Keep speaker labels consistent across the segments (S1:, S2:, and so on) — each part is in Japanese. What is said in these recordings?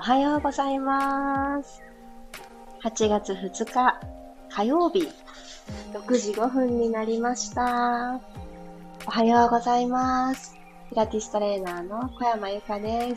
S1: はようございます。8月2日火曜日6時5分になりました。おはようございます。ピラティストレーナーの小山由かです。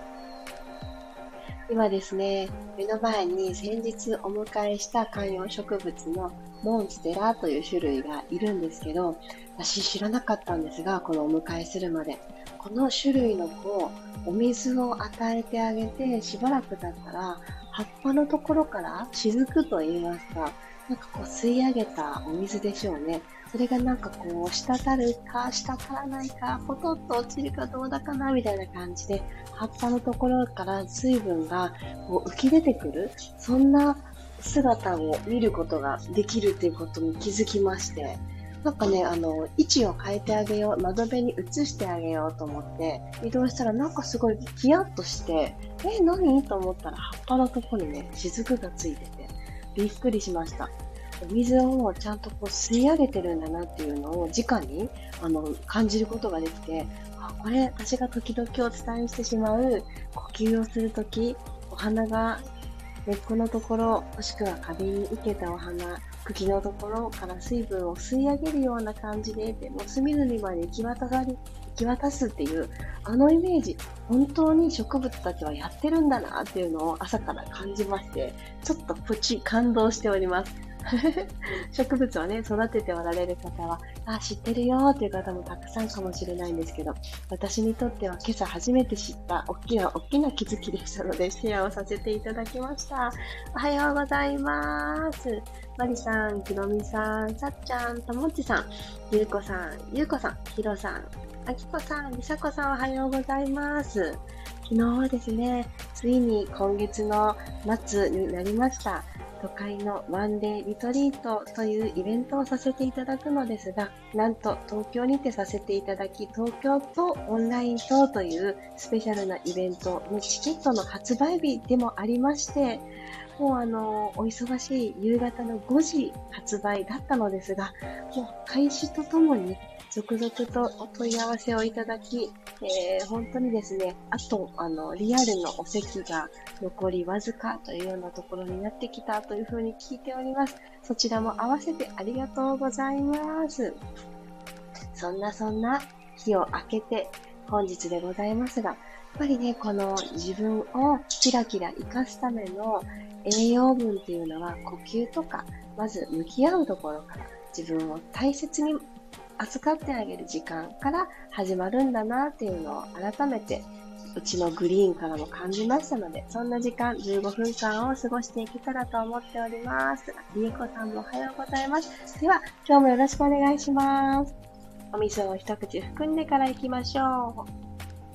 S1: 今ですね、目の前に先日お迎えした観葉植物のモンステラという種類がいるんですけど、私知らなかったんですが、このお迎えするまで。この種類の子、お水を与えてあげてしばらく経ったら、葉っぱのところから雫と言いますか、吸い上げたお水でしょうね。それが滴るか、滴らないか、ポトッと落ちるかどうだかな、みたいな感じで、葉っぱのところから水分が浮き出てくる、そんな姿を見ることができるということに気づきまして、位置を変えてあげよう、窓辺に移してあげようと思って移動したらすごいヒヤッとして、何と思ったら葉っぱのところにね、雫がついてて、びっくりしました。お水をちゃんと吸い上げてるんだなっていうのを直に感じることができて、これ私が時々お伝えしてしまう呼吸をするとき、お花が根っこのところ、もしくは壁に生けたお花、茎のところから水分を吸い上げるような感じで、もう隅々まで行き渡すっていう、あのイメージ、本当に植物たちはやってるんだなっていうのを朝から感じまして、ちょっとプチ感動しております。植物をね、育てておられる方は、知ってるよーっていう方もたくさんかもしれないんですけど、私にとっては今朝初めて知った大きな気づきでしたので、シェアをさせていただきました。おはようございます。マリさん、ひろみさん、さっちゃん、ともっちさん、ゆうこさん、ひろさん、あきこさん、りさこさん、おはようございます。昨日はですね、ついに今月の末になりました。都会のワンデーリトリートというイベントをさせていただくのですが、なんと東京にてさせていただき、東京とオンラインショーというスペシャルなイベントのチケットの発売日でもありまして、もうお忙しい夕方の5時発売だったのですが、もう開始とともに続々とお問い合わせをいただき、本当にですね、あと、リアルのお席が残りわずかというようなところになってきたというふうに聞いております。そちらも合わせてありがとうございます。そんな日を明けて本日でございますが、やっぱりね、この自分をキラキラ活かすための栄養分っていうのは呼吸とか、まず向き合うところから自分を大切に扱ってあげる時間から始まるんだなっていうのを改めてうちのグリーンからも感じましたので、そんな時間15分間を過ごしていけたらと思っております。りえこさんもおはようございます。では今日もよろしくお願いします。お水を一口含んでから行きましょう。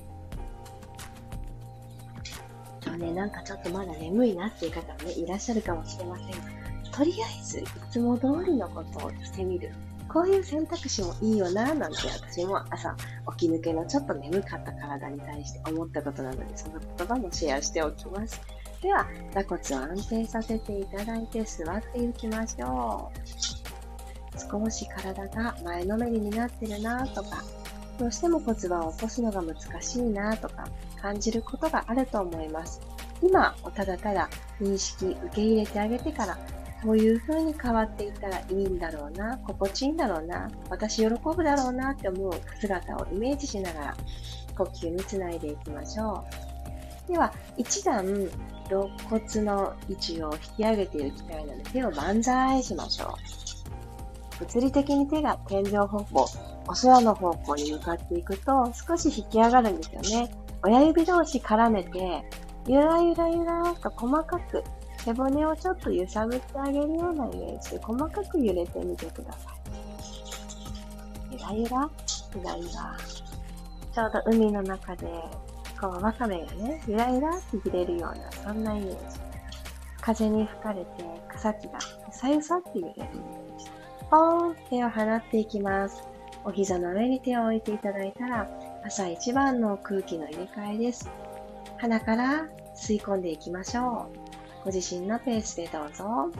S1: 今日ね、ちょっとまだ眠いなっていう方もね、いらっしゃるかもしれませんが、とりあえずいつも通りのことをしてみる。こういう選択肢もいいよななんて私も朝起き抜けのちょっと眠かった体に対して思ったことなので、その言葉もシェアしておきます。では、座骨を安定させていただいて座っていきましょう。少し体が前のめりになってるなとか、どうしても骨盤を起こすのが難しいなとか感じることがあると思います。今をただただ認識、受け入れてあげてから、こういう風に変わっていったらいいんだろうな、心地いいんだろうな、私喜ぶだろうなって思う姿をイメージしながら呼吸につないでいきましょう。では、一段肋骨の位置を引き上げていきたいので、手を万歳しましょう。物理的に手が天井方向、お空の方向に向かっていくと少し引き上がるんですよね。親指同士絡めて、ゆらゆらゆらと細かく背骨をちょっと揺さぶってあげるようなイメージで細かく揺れてみてください。ゆらゆら、ゆらゆら。ちょうど海の中で、ワカメがね、ゆらゆらって揺れるような、そんなイメージ。風に吹かれて草木がさゆさって揺れるイメージ。ポーン、手を放っていきます。お膝の上に手を置いていただいたら、朝一番の空気の入れ替えです。鼻から吸い込んでいきましょう。ご自身のペースでどうぞ。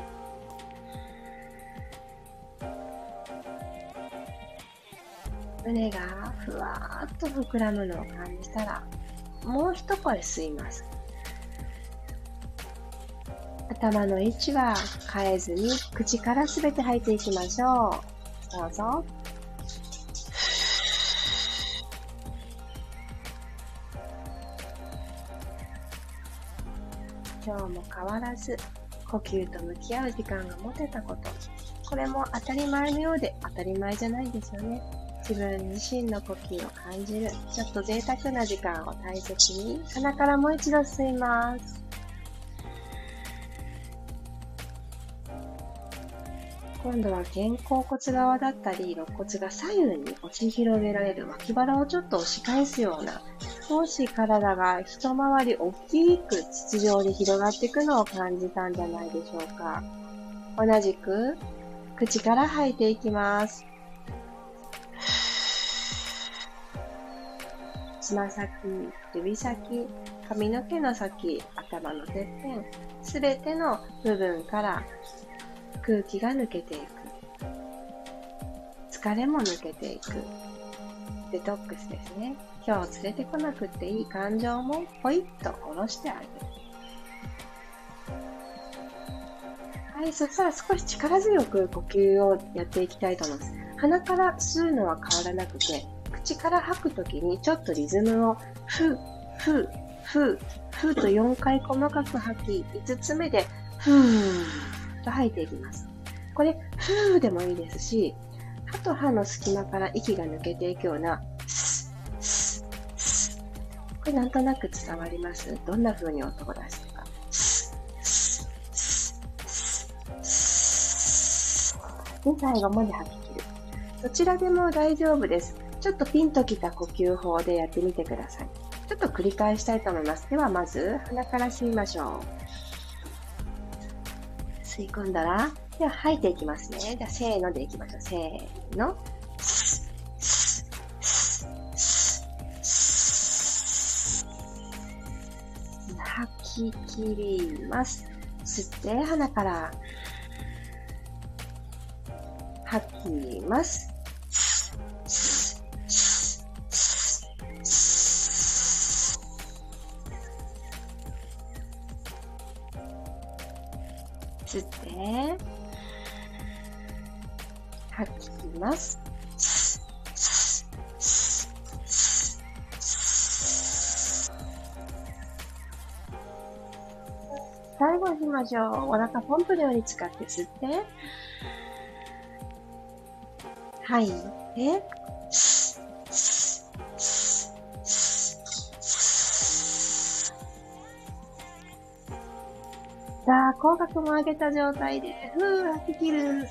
S1: 胸がふわーっと膨らむのを感じたら、もう一声吸います。 頭の位置は変えずに口からすべて吐いていきましょう。どうぞ。今日も変わらず呼吸と向き合う時間が持てたこと、これも当たり前のようで当たり前じゃないですよね。自分自身の呼吸を感じる、ちょっと贅沢な時間を大切に、鼻からもう一度吸います。今度は肩甲骨側だったり、肋骨が左右に押し広げられる脇腹をちょっと押し返すような、少し体が一回り大きく筒状で広がっていくのを感じたんじゃないでしょうか。同じく口から吐いていきます。つま先、指先、髪の毛の先、頭のてっぺん、すべての部分から空気が抜けていく。疲れも抜けていく。デトックスですね。今日連れてこなくっていい感情もポイッと下ろしてあげる。はい、そしたら少し力強く呼吸をやっていきたいと思います。鼻から吸うのは変わらなくて、口から吐くときにちょっとリズムをふ、ふ、ふ、ふと4回細かく吐き、5つ目でふーと吐いていきます。これ、ふーでもいいですし、歯と歯の隙間から息が抜けていくようなスッ、スッ、スッ。これなんとなく伝わります？どんな風に音を出してるか。スッ、スッ、スッ、スッ、スッ。で、最後まで吐き切る。どちらでも大丈夫です。ちょっとピンときた呼吸法でやってみてください。ちょっと繰り返したいと思います。ではまず鼻から吸いましょう。吸い込んだら、では吐いていきますね。じゃあせーのでいきましょう。せーの。吐き切ります。吸って鼻から吐きます。吸って吐きます。最後にしましょう。お腹ポンプのように使って吸って吐いてさあ、口角も上げた状態で、吐き切る。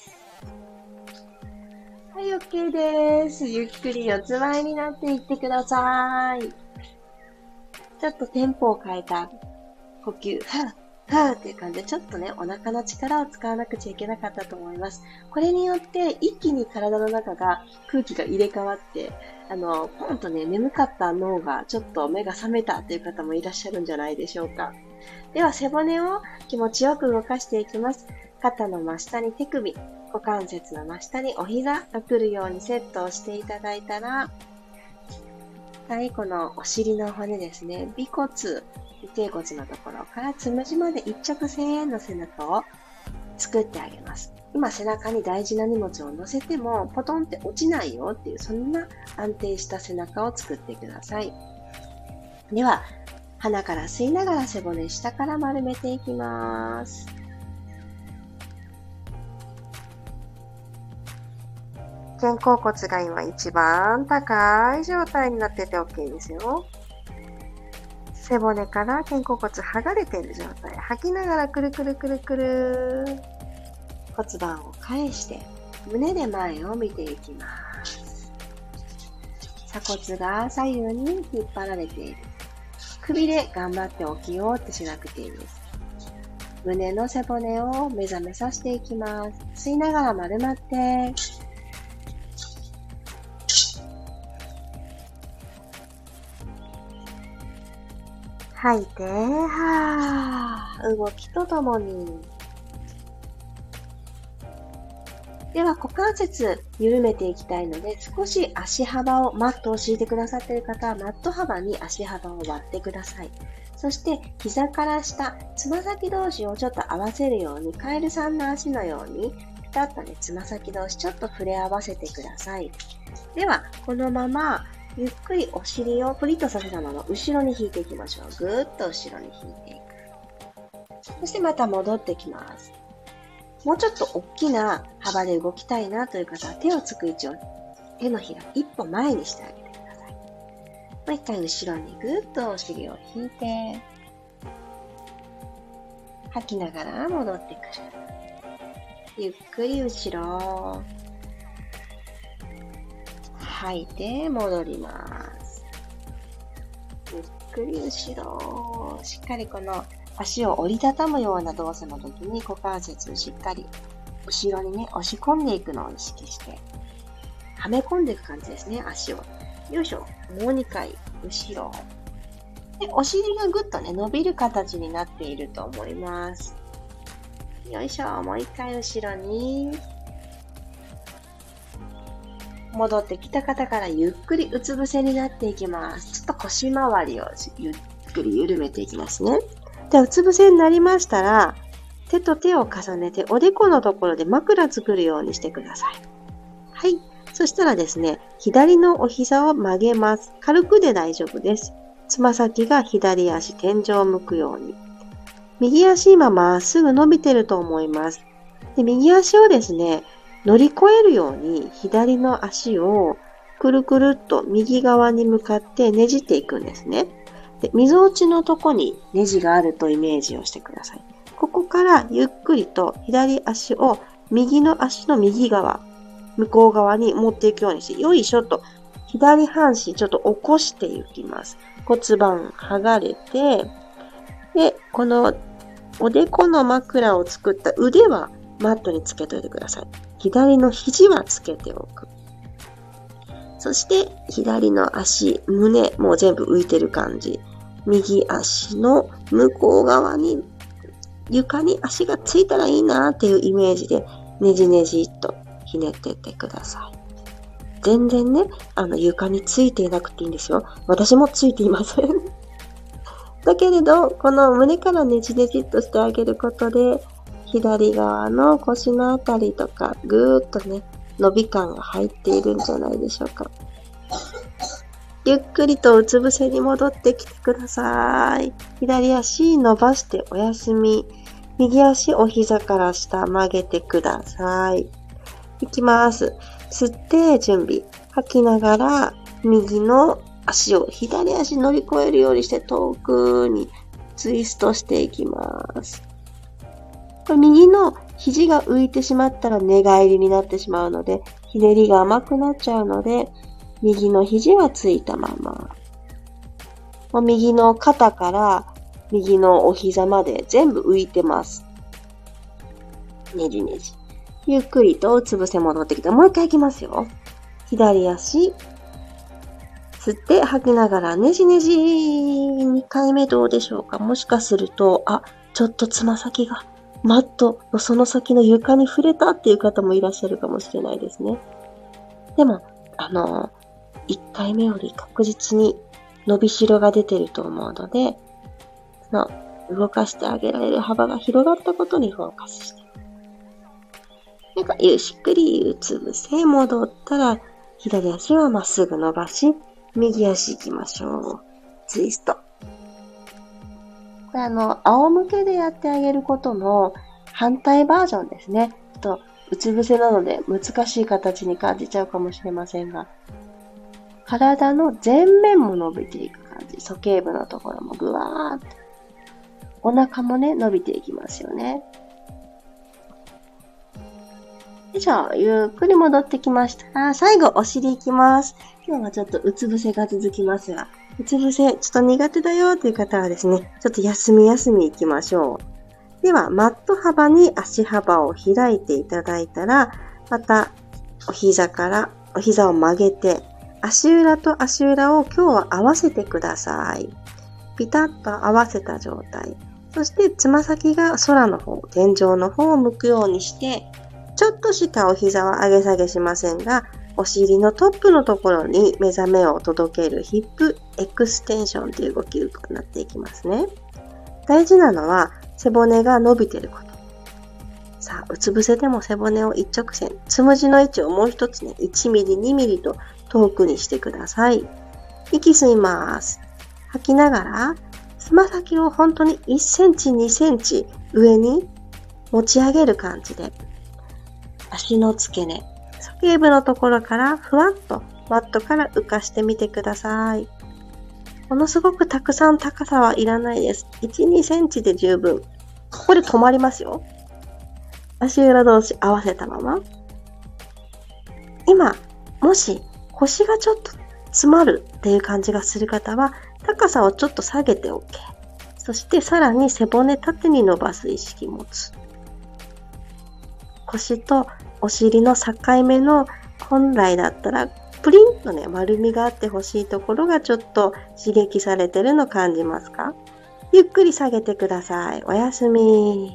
S1: はい、OK です。ゆっくり四つ前になっていってください。ちょっとテンポを変えた呼吸、はぁっていう感じで、ちょっとね、お腹の力を使わなくちゃいけなかったと思います。これによって、一気に体の中が空気が入れ替わって、ポンとね、眠かった脳がちょっと目が覚めたという方もいらっしゃるんじゃないでしょうか。では、背骨を気持ちよく動かしていきます。肩の真下に手首、股関節の真下にお膝が来るようにセットをしていただいたら、はい、このお尻の骨ですね、尾骨、尾てい骨のところからつむじまで一直線の背中を作ってあげます。今背中に大事な荷物を乗せてもポトンって落ちないよっていう、そんな安定した背中を作ってください。では、鼻から吸いながら背骨下から丸めていきます。肩甲骨が今一番高い状態になってて OK ですよ。背骨から肩甲骨剥がれている状態。吐きながらくるくるくるくる。骨盤を返して胸で前を見ていきます。鎖骨が左右に引っ張られている。首で頑張って起きようってしなくていいです。胸の背骨を目覚めさせていきます。吸いながら丸まって、吐いて、動きとともに。では、股関節緩めていきたいので、少し足幅を、マットを敷いてくださっている方は、マット幅に足幅を割ってください。 そして膝から下、つま先同士をちょっと合わせるように、カエルさんの足のように、ピタッとね、つま先同士ちょっと触れ合わせてください。では、このまま、ゆっくりお尻をプリッとさせたまま後ろに引いていきましょう。ぐーっと後ろに引いていく。そしてまた戻ってきます。もうちょっと大きな幅で動きたいなという方は手をつく位置を手のひら一歩前にしてあげてください。もう一回後ろにぐーっとお尻を引いて、吐きながら戻ってくる。ゆっくり後ろ。吐いて戻ります。ゆっくり後ろ。しっかりこの足を折りたたむような動作の時に股関節をしっかり後ろにね、押し込んでいくのを意識して、はめ込んでいく感じですね、足を。よいしょ。もう2回、後ろ。で、お尻がぐっとね、伸びる形になっていると思います。よいしょ。もう1回後ろに。戻ってきた方からゆっくりうつ伏せになっていきます。ちょっと腰回りをゆっくり緩めていきますね。で、うつ伏せになりましたら、手と手を重ねておでこのところで枕作るようにしてください。はい。そしたらですね、左のお膝を曲げます。軽くで大丈夫です。つま先が左足天井を向くように。右足今まっすぐ伸びてると思います。で、右足をですね、乗り越えるように左の足をくるくるっと右側に向かってねじっていくんですね。で、溝落ちのとこにネジがあるとイメージをしてください。ここからゆっくりと左足を右の足の右側、向こう側に持っていくようにして、よいしょと左半身ちょっと起こしていきます。骨盤剥がれて、で、このおでこの枕を作った腕はマットにつけといてください。左の肘はつけておく。そして左の足、胸もう全部浮いてる感じ。右足の向こう側に床に足がついたらいいなっていうイメージでねじねじっとひねっていってください。全然ね、床についていなくていいんですよ。私もついていません。だけれど、この胸からねじねじっとしてあげることで、左側の腰のあたりとか、ぐーっとね、伸び感が入っているんじゃないでしょうか。ゆっくりとうつ伏せに戻ってきてください。左足伸ばしてお休み。右足お膝から下曲げてください。いきます。吸って準備。吐きながら右の足を左足乗り越えるようにして遠くにツイストしていきます。これ右の肘が浮いてしまったら寝返りになってしまうので、ひねりが甘くなっちゃうので、右の肘はついたまま。右の肩から右のお膝まで全部浮いてます。ねじねじ。ゆっくりとうつ伏せ戻ってきて、もう一回いきますよ。左足、吸って吐きながらねじねじ。2回目どうでしょうか。もしかすると、ちょっとつま先がマットのその先の床に触れたっていう方もいらっしゃるかもしれないですね。でも、1回目より確実に伸びしろが出てると思うので、動かしてあげられる幅が広がったことにフォーカスして。ゆっくりうつ伏せ戻ったら、左足はまっすぐ伸ばし、右足行きましょう。ツイスト。これ仰向けでやってあげることの反対バージョンですね。うつ伏せなので難しい形に感じちゃうかもしれませんが、体の前面も伸びていく感じ。鼠径部のところもぐわーっと。お腹もね、伸びていきますよね。じゃあ、ゆっくり戻ってきましたら、最後お尻いきます。今日はちょっとうつ伏せが続きますが、うつ伏せちょっと苦手だよという方はですね、ちょっと休みいきましょう。では、マット幅に足幅を開いていただいたら、またお膝を曲げて、足裏と足裏を今日は合わせてください。ピタッと合わせた状態。そしてつま先が空の方、天井の方を向くようにして、ちょっとしかお膝は上げ下げしませんが、お尻のトップのところに目覚めを届けるヒップ
S2: エクステンションという動きになっていきますね。大事なのは背骨が伸びていること。さあ、うつ伏せでも背骨を一直線、つむじの位置をもう一つね、1ミリ、2ミリと遠くにしてください。息吸います。吐きながら、つま先を本当に1センチ、2センチ上に持ち上げる感じで、足の付け根、鼠径部のところからふわっとマットから浮かしてみてください。ものすごくたくさん高さはいらないです。1、2センチで十分。ここで止まりますよ。足裏同士合わせたまま。今、もし腰がちょっと詰まるっていう感じがする方は、高さをちょっと下げて OK。そしてさらに背骨縦に伸ばす意識持つ。腰とお尻の境目の本来だったらプリンとね、丸みがあってほしいところがちょっと刺激されてるの感じますか？ゆっくり下げてください。おやすみ。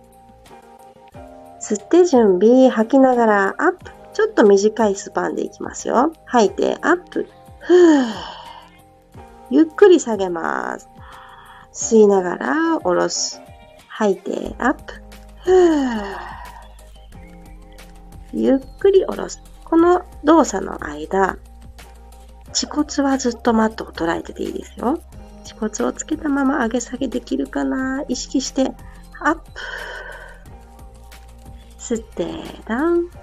S2: 吸って準備、吐きながらアップ。ちょっと短いスパンでいきますよ。吐いてアップ。ゆっくり下げます。吸いながら下ろす。吐いてアップ。ゆっくり下ろす。この動作の間、恥骨はずっとマットを捉えてていいですよ。恥骨をつけたまま上げ下げできるかな？意識して、アップ。吸って、ダウン。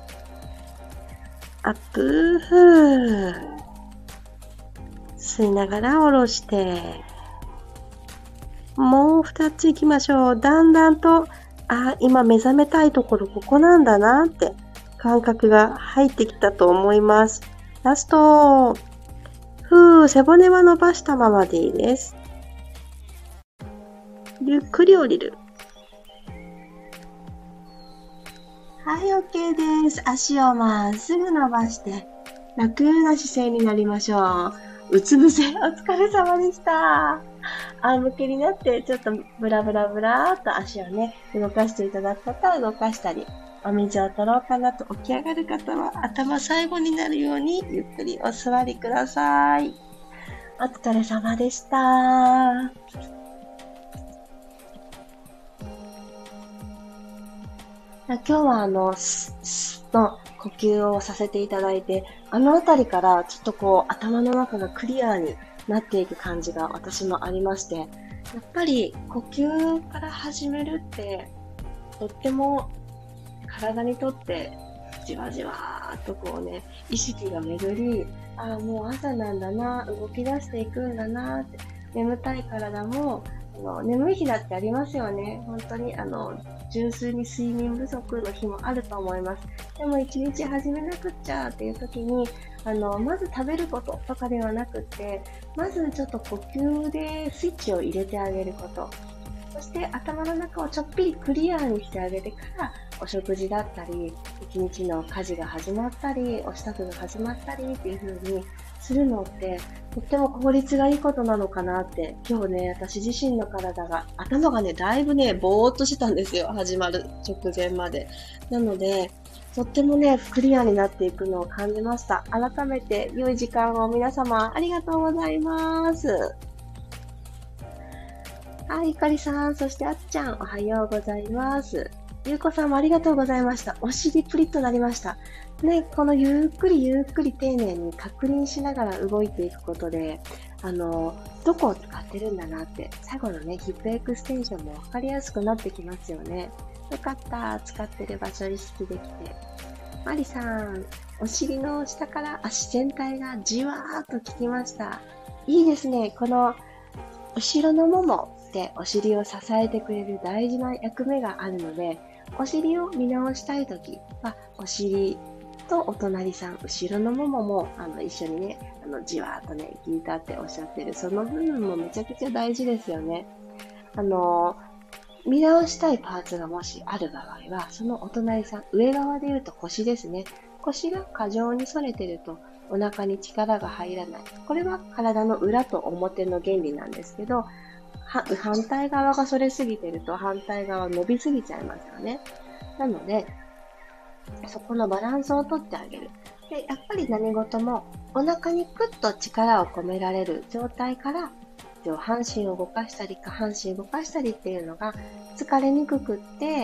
S2: アップ。吸いながら下ろして。もう2つ行きましょう。だんだんと、今目覚めたいところここなんだなって感覚が入ってきたと思います。ラスト。背骨は伸ばしたままでいいです。ゆっくり降りる。はい、OK です。足をまっすぐ伸ばして、楽な姿勢になりましょう。うつ伏せ、お疲れ様でした。仰向けになって、ちょっとブラブラブラーっと足をね、動かしていただく方は動かしたり、お水を取ろうかなと起き上がる方は頭最後になるようにゆっくりお座りください。お疲れ様でした。今日はスの呼吸をさせていただいて、あのあたりからちょっとこう頭の中がクリアになっていく感じが私もありまして、やっぱり呼吸から始めるってとっても体にとってじわじわーっとこうね、意識が巡り、もう朝なんだな、動き出していくんだなって、眠たい体も眠い日だってありますよね。本当に純粋に睡眠不足の日もあると思います。でも一日始めなくっちゃっていう時に、まず食べることとかではなくって、まずちょっと呼吸でスイッチを入れてあげること。そして頭の中をちょっぴりクリアにしてあげてからお食事だったり、一日の家事が始まったり、お支度が始まったりっていう風にするのってとっても効率がいいことなのかなって、今日ね、私自身の頭がね、だいぶね、ぼーっとしてたんですよ。始まる直前まで。なので、とってもね、クリアになっていくのを感じました。改めて良い時間を皆様ありがとうございます。はい、ゆかりさん、そしてあっちゃん、おはようございます。ゆうこさんもありがとうございました。お尻プリッとなりました。ね、このゆっくりゆっくり丁寧に確認しながら動いていくことで、どこを使ってるんだなって、最後のね、ヒップエクステンションもわかりやすくなってきますよね。よかった、使ってる場所意識できて。マリさん、お尻の下から足全体がじわーっと効きました。いいですね、この後ろのももってお尻を支えてくれる大事な役目があるので、お尻を見直したいときは、お尻とお隣さん、後ろのももも一緒にね、じわーっとね、効いたっておっしゃってる、その部分もめちゃくちゃ大事ですよね。見直したいパーツがもしある場合は、そのお隣さん、上側で言うと腰ですね。腰が過剰に反れてるとお腹に力が入らない。これは体の裏と表の原理なんですけど、反対側が反れすぎてると反対側伸びすぎちゃいますよね。なので、そこのバランスをとってあげる。 で、やっぱり何事もお腹にクッと力を込められる状態から上半身を動かしたり下半身を動かしたりっていうのが疲れにくくって、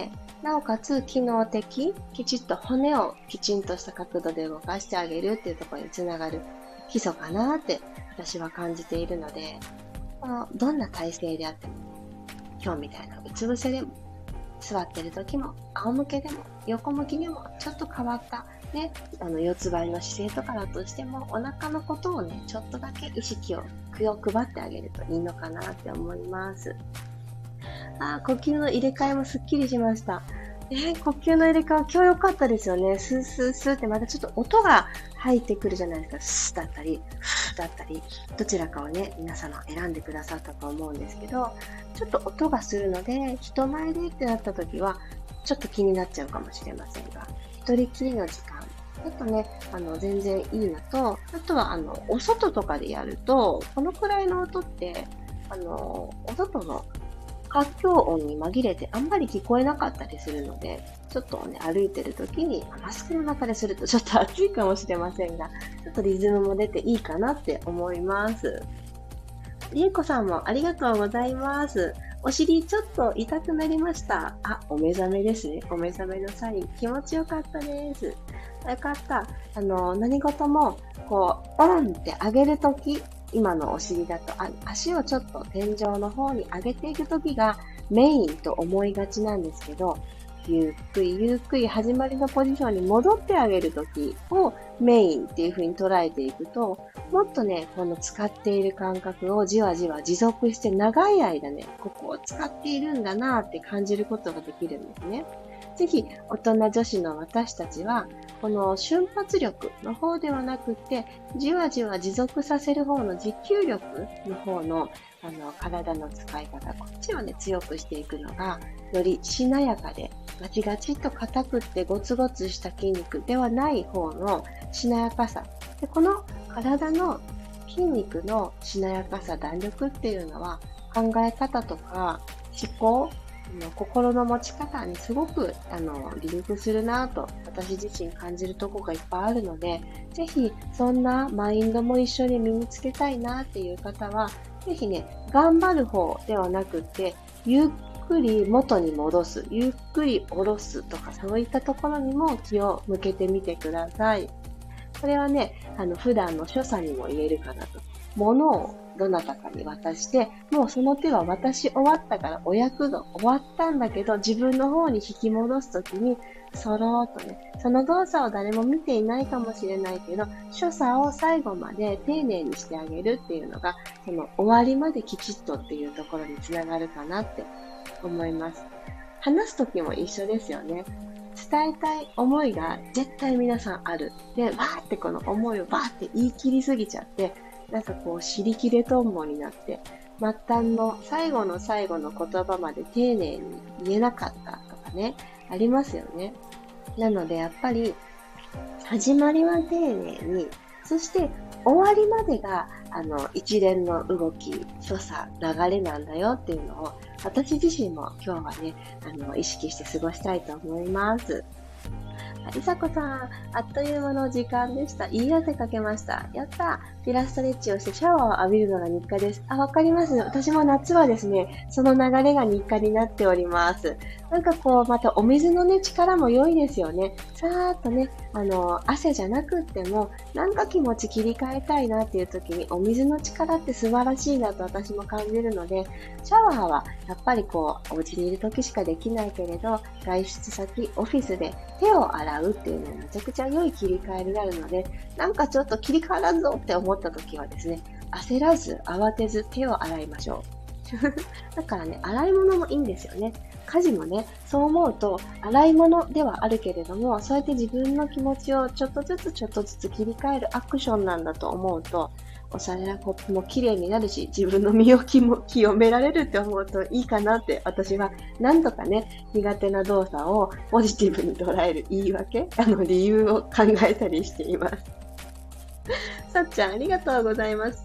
S2: なおかつ機能的、きちっと骨をきちんとした角度で動かしてあげるっていうところにつながる基礎かなって私は感じているので、どんな体勢であっても、今日みたいなうつ伏せでも、座ってる時も、仰向けでも、横向きでも、ちょっと変わった、ね、四つ倍の姿勢とかだとしても、お腹のことをね、ちょっとだけ意識を、気を配ってあげるといいのかなって思います。呼吸の入れ替えもすっきりしました。呼吸の入れ替えは今日良かったですよね。スースースーってまたちょっと音が入ってくるじゃないですか。スーだったり、フーだったり、どちらかをね、皆様選んでくださったと思うんですけど、ちょっと音がするので、人前でってなった時は、ちょっと気になっちゃうかもしれませんが、一人きりの時間、あとね、全然いいのと、あとは、お外とかでやると、このくらいの音って、お外の環境音に紛れてあんまり聞こえなかったりするので、ちょっとね、歩いてる時にマスクの中でするとちょっと暑いかもしれませんが、ちょっとリズムも出ていいかなって思います。りえこさんもありがとうございます。お尻ちょっと痛くなりました。お目覚めですね。お目覚めのサイン。気持ちよかったです。よかった。何事も、こう、オンって上げるとき、今のお尻だと、足をちょっと天井の方に上げていくときがメインと思いがちなんですけど、ゆっくりゆっくり始まりのポジションに戻ってあげるときをメインっていう風に捉えていくと、もっとね、この使っている感覚をじわじわ持続して長い間ね、ここを使っているんだなって感じることができるんですね。ぜひ、大人女子の私たちは、この瞬発力の方ではなくて、じわじわ持続させる方の持久力の方の、体の使い方、こっちをね、強くしていくのが、よりしなやかで、ガチガチっと硬くってゴツゴツした筋肉ではない方のしなやかさ。で、この体の筋肉のしなやかさ、弾力っていうのは、考え方とか思考、心の持ち方にすごくリンクするなぁと私自身感じるところがいっぱいあるので、ぜひそんなマインドも一緒に身につけたいなっていう方は、ぜひね、頑張る方ではなくて、ゆっくり元に戻す、ゆっくり下ろすとか、そういったところにも気を向けてみてください。これはね、普段の所作にも言えるかなと。物をどなたかに渡して、もうその手は渡し終わったからお役の終わったんだけど、自分の方に引き戻すときに、そろーっとね、その動作を誰も見ていないかもしれないけど、所作を最後まで丁寧にしてあげるっていうのが、その終わりまできちっとっていうところにつながるかなって思います。話すときも一緒ですよね。伝えたい思いが絶対皆さんある。で、わーってこの思いをバーって言い切りすぎちゃって、なんかこう、尻切れとんぼになって、末端の最後の最後の言葉まで丁寧に言えなかったとかね、ありますよね。なのでやっぱり、始まりは丁寧に、そして終わりまでが、一連の動き、所作、流れなんだよっていうのを、私自身も今日はね、意識して過ごしたいと思います。りさこさん、あっという間の時間でした。いい汗かけました。やったー。ピラストレッチをしてシャワーを浴びるのが日課です。わかります。私も夏はですね、その流れが日課になっております。なんかこう、またお水のね、力も良いですよね。さーっとね、汗じゃなくっても、なんか気持ち切り替えたいなっていう時に、お水の力って素晴らしいなと私も感じるので、シャワーはやっぱりこう、お家にいる時しかできないけれど、外出先、オフィスで手を洗うっていうのはめちゃくちゃ良い切り替えになるので、なんかちょっと切り替わらんぞって思った時はですね、焦らず、慌てず手を洗いましょう。だからね、洗い物もいいんですよね。家事もね、そう思うと、洗い物ではあるけれども、そうやって自分の気持ちをちょっとずつ切り替えるアクションなんだと思うと、お皿やコップも綺麗になるし、自分の身を清められるって思うといいかなって、私は何とかね、苦手な動作をポジティブに捉える言い訳、理由を考えたりしています。さっちゃん、ありがとうございました。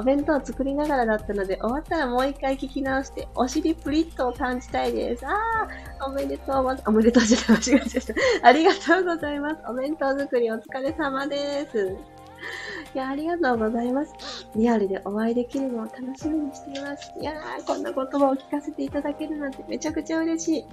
S2: お弁当を作りながらだったので、終わったらもう一回聞き直して、お尻プリッとを感じたいです。おめでとうおめでとうじゃない、間違えちゃった。ありがとうございます。お弁当作りお疲れ様です。いや、ありがとうございます。リアルでお会いできるのを楽しみにしています。いやー、こんな言葉を聞かせていただけるなんてめちゃくちゃ嬉しい。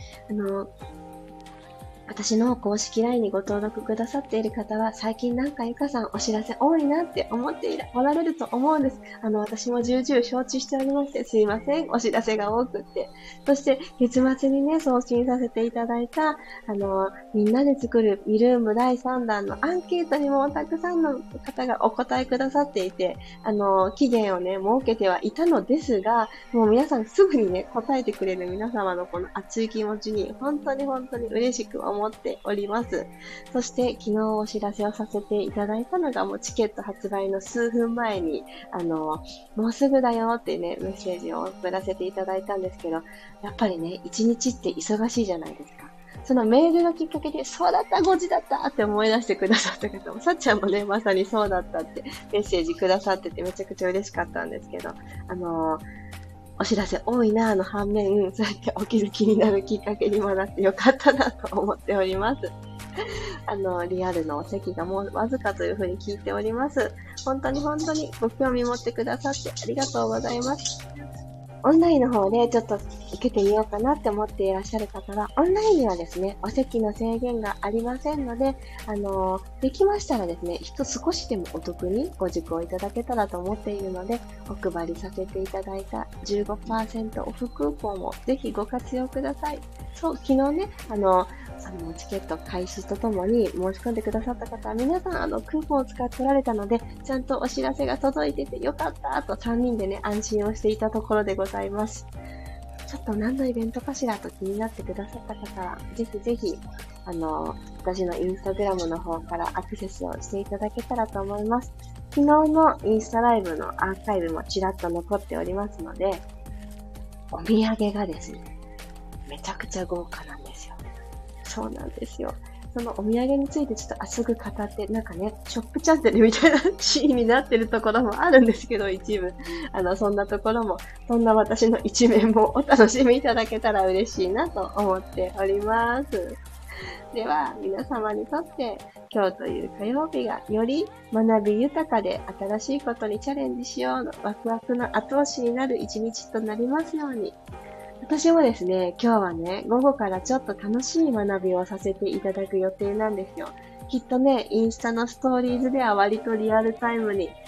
S2: 私の公式 LINE にご登録くださっている方は、最近なんかゆかさんお知らせ多いなって思っておられると思うんです。私も重々承知しておりまして、すいません。お知らせが多くって。そして、月末にね、送信させていただいた、みんなで作るミルーム第3弾のアンケートにもたくさんの方がお答えくださっていて、期限をね、設けてはいたのですが、もう皆さんすぐにね、答えてくれる皆様のこの熱い気持ちに、本当に嬉しく思っております。そして昨日お知らせをさせていただいたのがもうチケット発売の数分前にもうすぐだよってねメッセージを送らせていただいたんですけど、やっぱりね1日って忙しいじゃないですか。そのメールのきっかけでそうだった5時だったって思い出してくださった方も、さっちゃんもねまさにそうだったってメッセージくださっててめちゃくちゃ嬉しかったんですけど、お知らせ多いなぁの反面、そうやってお気づきになるきっかけにもなってよかったなと思っております。リアルのお席がもうわずかというふうに聞いております。本当にご興味持ってくださってありがとうございます。オンラインの方でちょっと受けてみようかなって思っていらっしゃる方は、オンラインにはですね、お席の制限がありませんので、できましたらですね、少しでもお得にご受講いただけたらと思っているので、お配りさせていただいた 15% オフクーポンをぜひご活用ください。そう、昨日ね、チケット開始とともに申し込んでくださった方は皆さんクーポンを使っておられたので、ちゃんとお知らせが届いててよかったと3人でね安心をしていたところでございます。ちょっと何のイベントかしらと気になってくださった方はぜひ私のインスタグラムの方からアクセスをしていただけたらと思います。昨日のインスタライブのアーカイブもちらっと残っておりますので、お土産がですねめちゃくちゃ豪華なんですよ。そうなんですよ。そのお土産についてちょっとすぐ語って、なんかね、ショップチャンネルみたいなシーンになってるところもあるんですけど、一部。そんなところも、そんな私の一面もお楽しみいただけたら嬉しいなと思っております。では、皆様にとって今日という火曜日がより学び豊かで新しいことにチャレンジしようのワクワクの後押しになる一日となりますように。私もですね、今日はね、午後からちょっと楽しい学びをさせていただく予定なんですよ。きっとね、インスタのストーリーズでは割とリアルタイムに、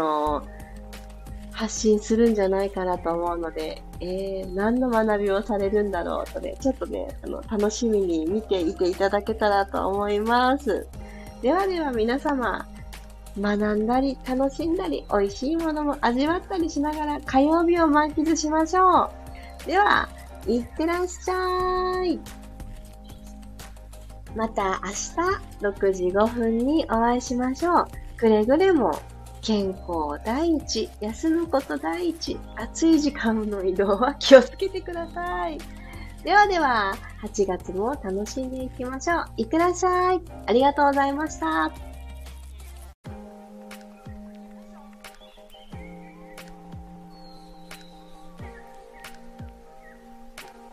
S2: 発信するんじゃないかなと思うので、何の学びをされるんだろうとね、ちょっとね、楽しみに見ていていただけたらと思います。では皆様、学んだり楽しんだり美味しいものも味わったりしながら火曜日を満喫しましょう。では、いってらっしゃい。また明日6時5分にお会いしましょう。くれぐれも健康第一、休むこと第一、暑い時間の移動は気をつけてください。では、8月も楽しんでいきましょう。いってらっしゃい。ありがとうございました。